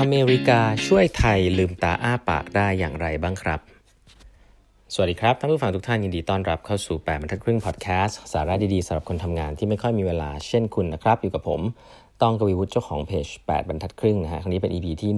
อเมริกาช่วยไทยลืมตาอ้าปากได้อย่างไรบ้างครับสวัสดีครับท่านผู้ฟังทุกท่านยินดีต้อนรับเข้าสู่8บรรทัดครึ่งพอดแคสต์สาระดีๆสำหรับคนทำงานที่ไม่ค่อยมีเวลาเช่นคุณนะครับอยู่กับผมต้องกวีวุฒิเจ้าของเพจ8บรรทัดครึ่งนะฮะครั้งนี้เป็น EP ที่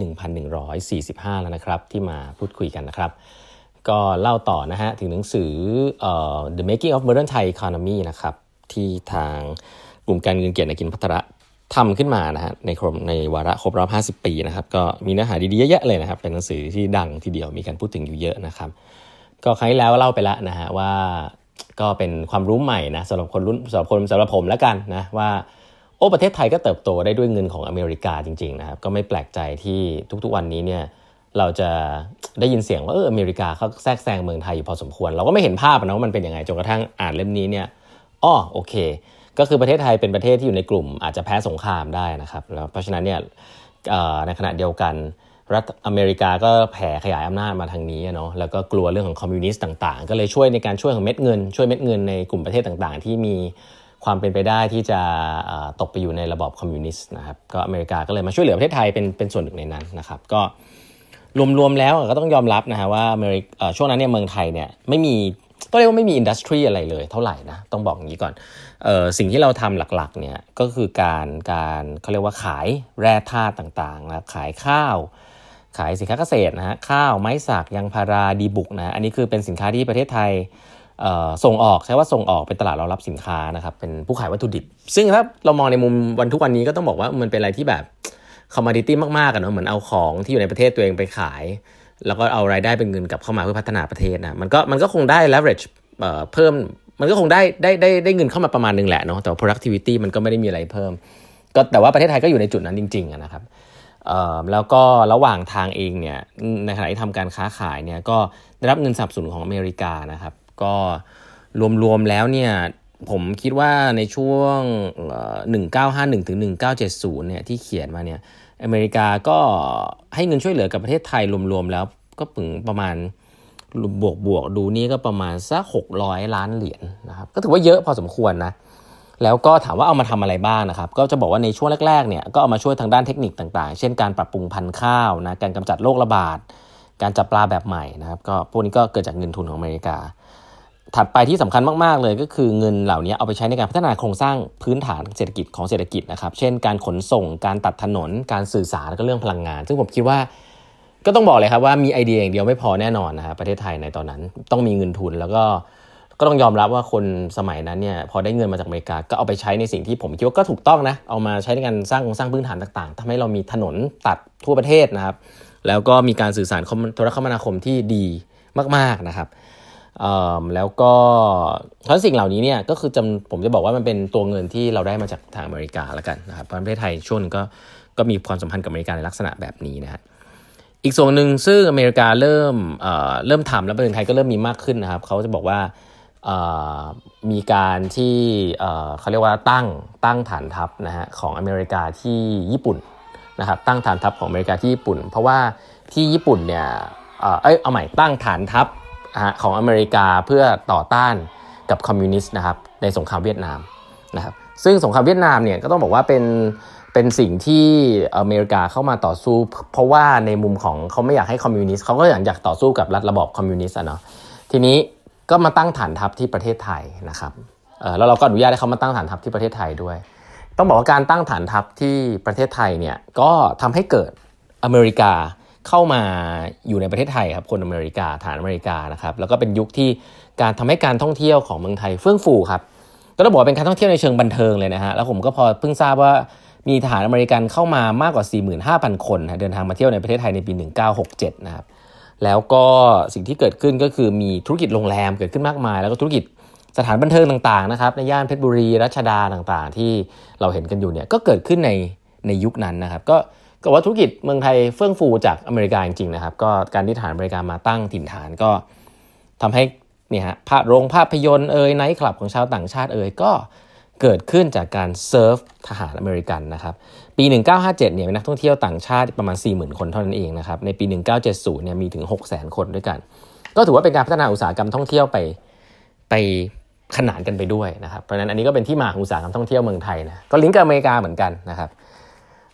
1145แล้วนะครับที่มาพูดคุยกันนะครับก็เล่าต่อนะฮะถึงหนังสือThe Making of Modern Thai Economy นะครับที่ทางกลุ่มการเงินเกียรติกินภัทระทำขึ้นมานะฮะในวาระครบรอบ50 ปีนะครับก็มีเนื้อหาดีๆเยอะแยะเลยนะครับเป็นหนังสือที่ดังทีเดียวมีการพูดถึงอยู่เยอะนะครับก็ครั้งที่แล้วเล่าไปแล้วนะฮะว่าก็เป็นความรู้ใหม่นะสำหรับผมแล้วกันนะว่าประเทศไทยก็เติบโตได้ด้วยเงินของอเมริกาจริงๆนะครับก็ไม่แปลกใจที่ทุกๆวันนี้เนี่ยเราจะได้ยินเสียงว่าอเมริกาเขาแทรกแซงเมืองไทยอยู่พอสมควรเราก็ไม่เห็นภาพนะว่ามันเป็นยังไงจนกระทั่งอ่านเล่มนี้เนี่ยโอเคก็คือประเทศไทยเป็นประเทศที่อยู่ในกลุ่มอาจจะแพ้สงครามได้นะครับแล้วเพราะฉะนั้นเนี่ยในขณะเดียวกันรัฐอเมริกาก็แผ่ขยายอำนาจมาทางนี้เนาะแล้วก็กลัวเรื่องของคอมมิวนิสต์ต่างๆก็เลยช่วยในการช่วยของเม็ดเงินในกลุ่มประเทศต่างๆที่มีความเป็นไปได้ที่จะตกไปอยู่ในระบอบคอมมิวนิสต์นะครับก็อเมริกาก็เลยมาช่วยเหลือประเทศไทยเป็นส่วนหนึ่งในนั้นนะครับก็รวมๆแล้วก็ต้องยอมรับนะฮะว่าช่วงนั้นเนี่ยเมืองไทยเนี่ยไม่มีก็เรียกว่าไม่มีอินดัสทรีอะไรเลยเท่าไหร่นะต้องบอกอย่างนี้ก่อนสิ่งที่เราทำหลักๆเนี่ยก็คือการเขาเรียกว่าขายแร่ธาตุต่างๆนะขายข้าวขายสินค้าเกษตรนะฮะข้าวไม้สักยางพาราดีบุกนะอันนี้คือเป็นสินค้าที่ประเทศไทยส่งออกใช้ว่าส่งออกเป็นตลาดรองรับสินค้านะครับเป็นผู้ขายวัตถุดิบซึ่งถ้าเรามองในมุมวันทุกวันนี้ก็ต้องบอกว่ามันเป็นอะไรที่แบบคอมมอดิตี้มากๆกันเนาะเหมือนเอาของที่อยู่ในประเทศตัวเองไปขายแล้วก็เอารายได้เป็นเงินกลับเข้ามาเพื่อพัฒนาประเทศนะมันก็คงได้ leverage เพิ่มมันก็คงได้เงินเข้ามาประมาณนึงแหละเนาะแต่ productivity มันก็ไม่ได้มีอะไรเพิ่มก็แต่ว่าประเทศไทยก็อยู่ในจุดนั้นจริงๆนะครับแล้วก็ระหว่างทางเองเนี่ยในขณะที่ทำการค้าขายเนี่ยก็ได้รับเงินสนับสนุนของอเมริกานะครับก็รวมๆแล้วเนี่ยผมคิดว่าในช่วง1951ถึง1970เนี่ยที่เขียนมาเนี่ยอเมริกาก็ให้เงินช่วยเหลือกับประเทศไทยรวมๆแล้วก็ถึงประมาณบวกดูนี่ก็ประมาณสัก$600 ล้านนะครับก็ถือว่าเยอะพอสมควรนะแล้วก็ถามว่าเอามาทำอะไรบ้างนะครับก็จะบอกว่าในช่วงแรกๆเนี่ยก็เอามาช่วยทางด้านเทคนิคต่างๆเช่นการปรับปรุงพันธุ์ข้าวนะการกำจัดโรคระบาดการจับปลาแบบใหม่นะครับก็พวกนี้ก็เกิดจากเงินทุนของอเมริกาถัดไปที่สำคัญมากๆเลยก็คือเงินเหล่านี้เอาไปใช้ในการพัฒนาโครงสร้างพื้นฐานเศรษฐกิจนะครับเช่นการขนส่งการตัดถนนการสื่อสารแล้วก็เรื่องพลังงานซึ่งผมคิดว่าก็ต้องบอกเลยครับว่ามีไอเดียอย่างเดียวไม่พอแน่นอนนะครับประเทศไทยในตอนนั้นต้องมีเงินทุนแล้วก็ต้องยอมรับว่าคนสมัยนั้นเนี่ยพอได้เงินมาจากอเมริกาก็เอาไปใช้ในสิ่งที่ผมคิดว่าก็ถูกต้องนะเอามาใช้ในการสร้างพื้นฐานต่างๆทำให้เรามีถนนตัดทั่วประเทศนะครับแล้วก็มีการสื่อสารโทรคมนาคมที่ดีมากๆนะครับแล้วก็ทั้งสิ่งเหล่านี้เนี่ยก็คือผมจะบอกว่ามันเป็นตัวเงินที่เราได้มาจากทางอเมริกาแล้วกันนะครับประเทศไทยช่วงนึงก็มีความสัมพันธ์กับอเมริกาในลักษณะแบบนี้นะฮะอีกส่วนหนึ่งซึ่งอเมริกาเริ่มทำแล้วประเทศไทยก็เริ่มมีมากขึ้นนะครับเขาจะบอกว่ามีการที่เขาเรียกว่าตั้งฐานทัพนะฮะของอเมริกาที่ญี่ปุ่นนะครับตั้งฐานทัพของอเมริกาที่ญี่ปุ่นเพราะว่าที่ญี่ปุ่นเนี่ยเอาใหม่ตั้งฐานทัพของอเมริกาเพื่อต่อต้านกับคอมมิวนิสต์นะครับในสงครามเวียดนามนะครับซึ่งสงครามเวียดนามเนี่ยก็ต้องบอกว่าเป็นสิ่งที่อเมริกาเข้ามาต่อสู้เพราะว่าในมุมของเขาไม่อยากให้คอมมิวนิสต์เขาก็อยากต่อสู้กับระบอบคอมมิวนิสต์เนาะทีนี้ก็มาตั้งฐานทัพที่ประเทศไทยนะครับแล้วเราก็อนุญาตให้เขามาตั้งฐานทัพที่ประเทศไทยด้วยต้องบอกว่าการตั้งฐานทัพที่ประเทศไทยเนี่ยก็ทำให้เกิดอเมริกาเข้ามาอยู่ในประเทศไทยครับคนอเมริกาฐานอเมริกานะครับแล้วก็เป็นยุคที่การทำให้การท่องเที่ยวของเมืองไทยเฟื่องฟูครับก็ต้องบอกว่าเป็นการท่องเที่ยวในเชิงบันเทิงเลยนะฮะแล้วผมก็พอเพิ่งทราบว่ามีทหารอเมริกันเข้ามามากกว่า 45,000 คนเดินทางมาเที่ยวในประเทศไทยในปี1967นะครับแล้วก็สิ่งที่เกิดขึ้นก็คือมีธุรกิจโรงแรมเกิดขึ้นมากมายแล้วก็ธุรกิจสถานบันเทิงต่างๆนะครับในย่านเพชรบุรีรัชดาต่างๆที่เราเห็นกันอยู่เนี่ยก็เกิดขึ้นในยุคนั้นนะครับก็ว่าธุรกิจเมืองไทยเฟื่องฟูจากอเมริกาจริงๆนะครับก็การที่ทหารอเมริกามาตั้งถิ่นฐานก็ทำให้เนี่ยฮะภาพยนตร์ไนท์คลับของชาวต่างชาติก็เกิดขึ้นจากการเซิร์ฟทหารอเมริกันนะครับปี1957เนี่ยมีนักท่องเที่ยวต่างชาติประมาณ 40,000 คนเท่านั้นเองนะครับในปี1970เนี่ยมีถึง 600,000 คนด้วยกันก็ถือว่าเป็นการพัฒนาอุตสาหกรรมท่องเที่ยวไปขนานกันไปด้วยนะครับเพราะฉะนั้นอันนี้ก็เป็นที่มาของอุตสาหกรรมท่องเที่ยวเมืองไทยนะก็ลิงก์กับอเมริกาเหมือนกันนะครับ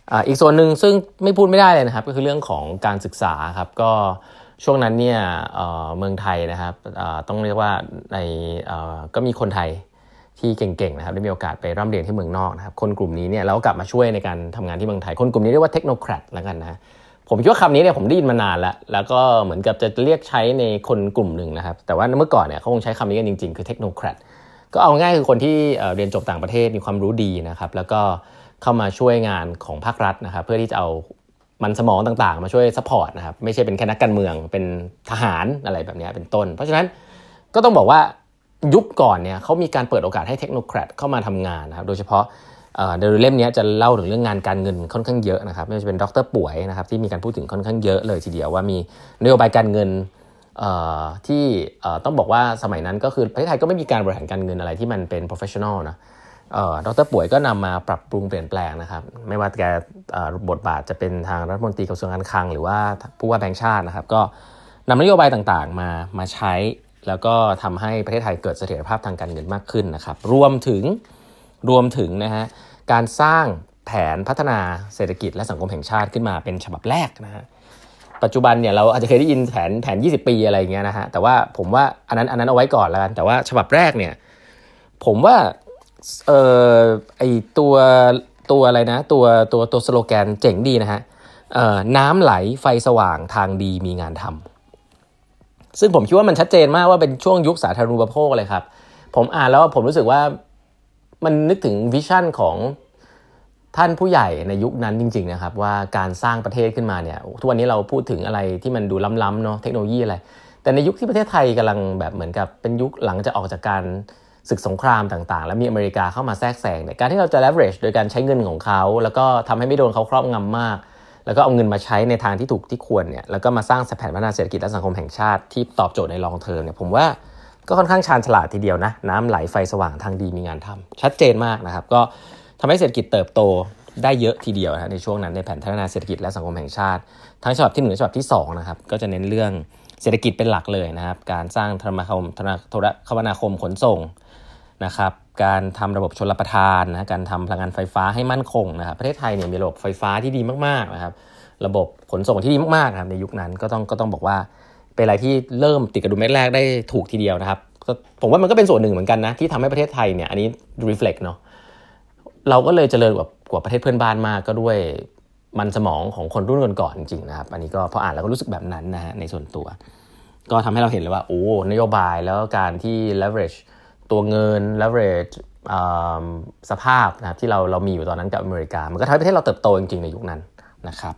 อีกส่วนหนึ่งซึ่งไม่พูดไม่ได้เลยนะครับก็คือเรื่องของการศึกษาครับก็ช่วงนั้นเนี่ยเมืองไทยนะครับต้องเรียกว่าในก็มีคนไทยที่เก่งๆนะครับได้มีโอกาสไปร่ำเรียนที่เมืองนอกนะครับคนกลุ่มนี้เนี่ยแล้วกลับมาช่วยในการทำงานที่เมืองไทยคนกลุ่มนี้เรียกว่าเทคโนแครตแล้วกันนะผมคิดว่าคำนี้เนี่ยผมได้ยินมานานแล้วก็เหมือนกับจะเรียกใช้ในคนกลุ่มหนึ่งนะครับแต่ว่าเมื่อก่อนเนี่ยเขาคงใช้คำนี้กันจริงๆคือเทคโนแครตก็เอาง่ายคือคนที่เรียนจบต่างประเทศมีความรู้ดีนะครับแล้วก็เข้ามาช่วยงานของภาครัฐนะครับเพื่อที่จะเอามันสมองต่างๆมาช่วยซัพพอร์ตนะครับไม่ใช่เป็นแค่นักการเมืองเป็นทหารอะไรแบบนี้เป็นต้นเพราะฉะนั้นก็ต้องบอกว่ายุคก่อนเนี่ยเขามีการเปิดโอกาสให้เทคโนแครตเข้ามาทำงานนะครับโดยเฉพาะโดยเล่มนี้จะเล่าถึงเรื่องงานการเงินค่อนข้างเยอะนะครับไม่ว่าจะเป็นดร.ป่วยนะครับที่มีการพูดถึงค่อนข้างเยอะเลยทีเดียวว่ามีนโยบายการเงินที่ต้องบอกว่าสมัยนั้นก็คือประเทศไทยก็ไม่มีการบริหารการเงินอะไรที่มันเป็น professional นะดร.ป่วยก็นำมาปรับปรุงเปลี่ยนแปลงนะครับไม่ว่าแกบทบาทจะเป็นทางรัฐมนตรีกระทรวงการคลังหรือว่าผู้ว่าแบงก์ชาตินะครับก็นำนโยบายต่างๆมาใช้แล้วก็ทำให้ประเทศไทยเกิดเสถียรภาพทางการเงินมากขึ้นนะครับรวมถึงนะฮะการสร้างแผนพัฒนาเศรษฐกิจและสังคมแห่งชาติขึ้นมาเป็นฉบับแรกนะฮะปัจจุบันเนี่ยเราอาจจะเคยได้ยินแผน20 ปีอะไรอย่างเงี้ยนะฮะแต่ว่าผมว่าอันนั้นเอาไว้ก่อนแล้วกันแต่ว่าฉบับแรกเนี่ยผมว่าไอตัวอะไรนะตัวสโลแกนเจ๋งดีนะฮะน้ำไหลไฟสว่างทางดีมีงานทำซึ่งผมคิดว่ามันชัดเจนมากว่าเป็นช่วงยุคสาธารณูปโภคเลยครับผมอ่านแล้วผมรู้สึกว่ามันนึกถึงวิชั่นของท่านผู้ใหญ่ในยุคนั้นจริงๆนะครับว่าการสร้างประเทศขึ้นมาเนี่ยทุกวันนี้เราพูดถึงอะไรที่มันดูล้ำๆเนาะเทคโนโลยีอะไรแต่ในยุคที่ประเทศไทยกำลังแบบเหมือนกับเป็นยุคหลังจากออกจากการศึกสงครามต่างๆแล้วมีอเมริกาเข้ามาแทรกแซงเนี่ยการที่เราจะ leverage โดยการใช้เงินของเขาแล้วก็ทำให้ไม่โดนเขาครอบงำมากแล้วก็เอาเงินมาใช้ในทางที่ถูกที่ควรเนี่ยแล้วก็มาสร้างแผนพัฒนาเศรษฐกิจและสังคมแห่งชาติที่ตอบโจทย์ใน long term เนี่ยผมว่าก็ค่อนข้างชาญฉลาดทีเดียวนะน้ำไหลไฟสว่างทางดีมีงานทำชัดเจนมากนะครับก็ทำให้เศรษฐกิจเติบโตได้เยอะทีเดียวนะในช่วงนั้นในแผนพัฒนาเศรษฐกิจและสังคมแห่งชาติทั้งฉบับที่1และฉบับที่2นะครับก็จะเน้นเรื่องเศรษฐกิจเป็นหลักเลยนะครับการสร้างโทรคมนาคมขนส่งนะครับการทำระบบชลประทานนะการทำพลังงานไฟฟ้าให้มั่นคงนะครับประเทศไทยเนี่ยมีระบบไฟฟ้าที่ดีมากๆนะครับระบบขนส่งที่ดีมากๆนะครับในยุคนั้นก็ต้องบอกว่าเป็นอะไรที่เริ่มติดกระดุมเม็ดแรกได้ถูกทีเดียวนะครับผมว่ามันก็เป็นส่วนหนึ่งเหมือนกันนะที่ทำให้ประเทศไทยเนี่ยอันนี้ reflect เนาะเราก็เลยเจริญกว่าประเทศเพื่อนบ้านมากก็ด้วยมันสมองของคนรุ่นก่อนๆจริงๆนะครับอันนี้ก็พออ่านแล้วก็รู้สึกแบบนั้นนะฮะในส่วนตัวก็ทำให้เราเห็นเลยว่าโอ้นโยบายแล้วการที่ leverage ตัวเงิน leverage สภาพนะครับที่เรามีอยู่ตอนนั้นกับอเมริกามันก็ทำให้ประเทศเราเติบโตจริงๆในยุคนั้นนะครับ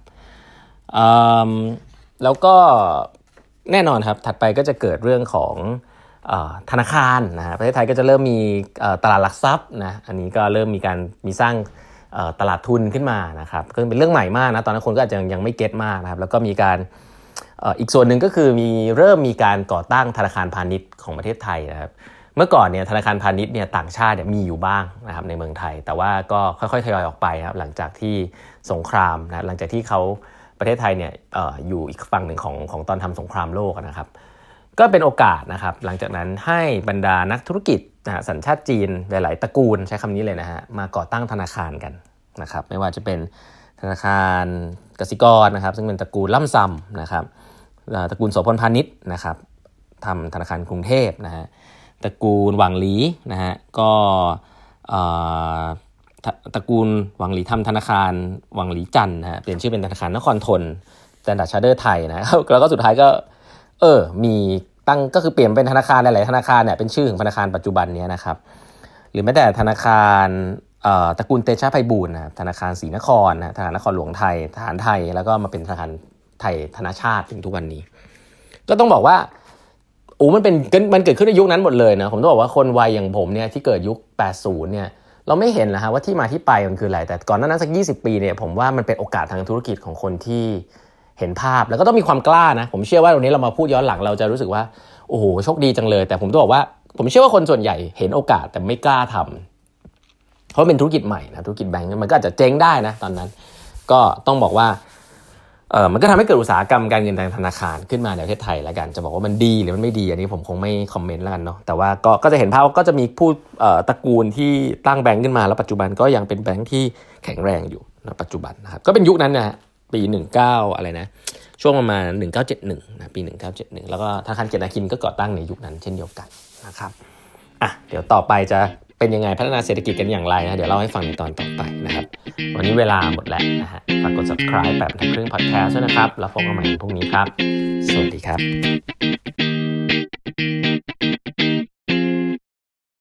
แล้วก็แน่นอนครับถัดไปก็จะเกิดเรื่องของธนาคารนะประเทศไทยก็จะเริ่มมีตลาดหลักทรัพย์นะอันนี้ก็เริ่มมีสร้างตลาดทุนขึ้นมานะครับก็เป็นเรื่องใหม่มากนะตอนนั้นคนก็อาจจะยังไม่เก็ตมากนะครับแล้วก็มีการอีกส่วนหนึ่งก็คือเริ่มมีการก่อตั้งธนาคารพาณิชย์ของประเทศไทยนะครับเมื่อก่อนเนี่ยธนาคารพาณิชย์เนี่ยต่างชาติเนี่ยมีอยู่บ้างนะครับในเมืองไทยแต่ว่าก็ค่อยๆทยอยออกไปครับหลังจากที่สงครามนะหลังจากที่ประเทศไทยเนี่ยอยู่อีกฝั่งหนึ่งของตอนทำสงครามโลกนะครับก็เป็นโอกาสนะครับหลังจากนั้นให้บรรดานักธุรกิจสัญชาติจีนหลายๆตระกูลใช้คำนี้เลยนะฮะมาก่อตั้งธนาคารกันนะครับไม่ว่าจะเป็นธนาคารกสิกรนะครับซึ่งเป็นตระกูลล่ำซำนะครับตระกูลโสพลพาณิชย์นะครับทำธนาคารกรุงเทพนะฮะตระกูลหวังหลีนะฮะก็ตระกูลหวังหลีทำธนาคารหวังหลีจันทร์นะฮะเปลี่ยนชื่อเป็นธนาคารนครธน Standard Chartered ไทยนะแล้วก็สุดท้ายก็มีตั้งก็คือเปลี่ยนเป็นธนาคารหลายๆธนาคารเนี่ยเป็นชื่อของธนาคารปัจจุบันนี้นะครับหรือแม้แต่ธนาคารตระกูลเตชะไพบูลย์นะธนาคารศรีนครนะธนาคารนครหลวงไทยทหารไทยแล้วก็มาเป็นธนาคารไทยธนชาติถึงทุกวันนี้ก็ต้องบอกว่ามันเกิดขึ้นในยุคนั้นหมดเลยนะผมต้องบอกว่าคนวัยอย่างผมเนี่ยที่เกิดยุค80เนี่ยเราไม่เห็นนะฮะว่าที่มาที่ไปมันคืออะไรแต่ก่อนหน้านั้นสัก20 ปีเนี่ยผมว่ามันเป็นโอกาสทางธุรกิจของคนที่เห็นภาพแล้วก็ต้องมีความกล้านะผมเชื่อว่าตรงนี้เรามาพูดย้อนหลังเราจะรู้สึกว่าโอ้โหโชคดีจังเลยแต่ผมต้องบอกว่าผมเชื่อว่าคนส่วนใหญ่เห็นโอกาสแต่ไม่กล้าทำเพราะเป็นธุรกิจใหม่นะธุรกิจแบงก์มันก็อาจจะเจ๊งได้นะตอนนั้นก็ต้องบอกว่ามันก็ทำให้เกิดอุตสาหกรรมการเงินทางธนาคารขึ้นมาในประเทศไทยแล้วกันจะบอกว่ามันดีหรือมันไม่ดีอันนี้ผมคงไม่คอมเมนต์แล้วกันเนาะแต่ว่าก็จะเห็นภาพว่าก็จะมีผู้ตระกูลที่ตั้งแบงก์ขึ้นมาแล้วปัจจุบันก็ยังเป็นแบงก์ที่แข็งแรงอยู่ในปัจจุบันนะครับก็เป็นยุคนั้นนะฮะปี19อะไรนะช่วงประมาณ1971นะปี1971แล้วก็ธนาคารเกียรตินาคินก็ก่อตั้งในยุคนั้นเช่นเดียวกันนะครับเดี๋ยวต่อไปจะเป็นยังไงพัฒนาเศรษฐกิจกันอย่างไรนะเดี๋ยวเล่าให้ฟังในตอนต่อไปนะครับวันนี้เวลาหมดแล้วนะฮะฝากกด subscribe แบบบรรทัดครึ่ง podcast ด้วยนะครับแล้วพบกันใหม่พรุ่งนี้ครับสวัสดีครับ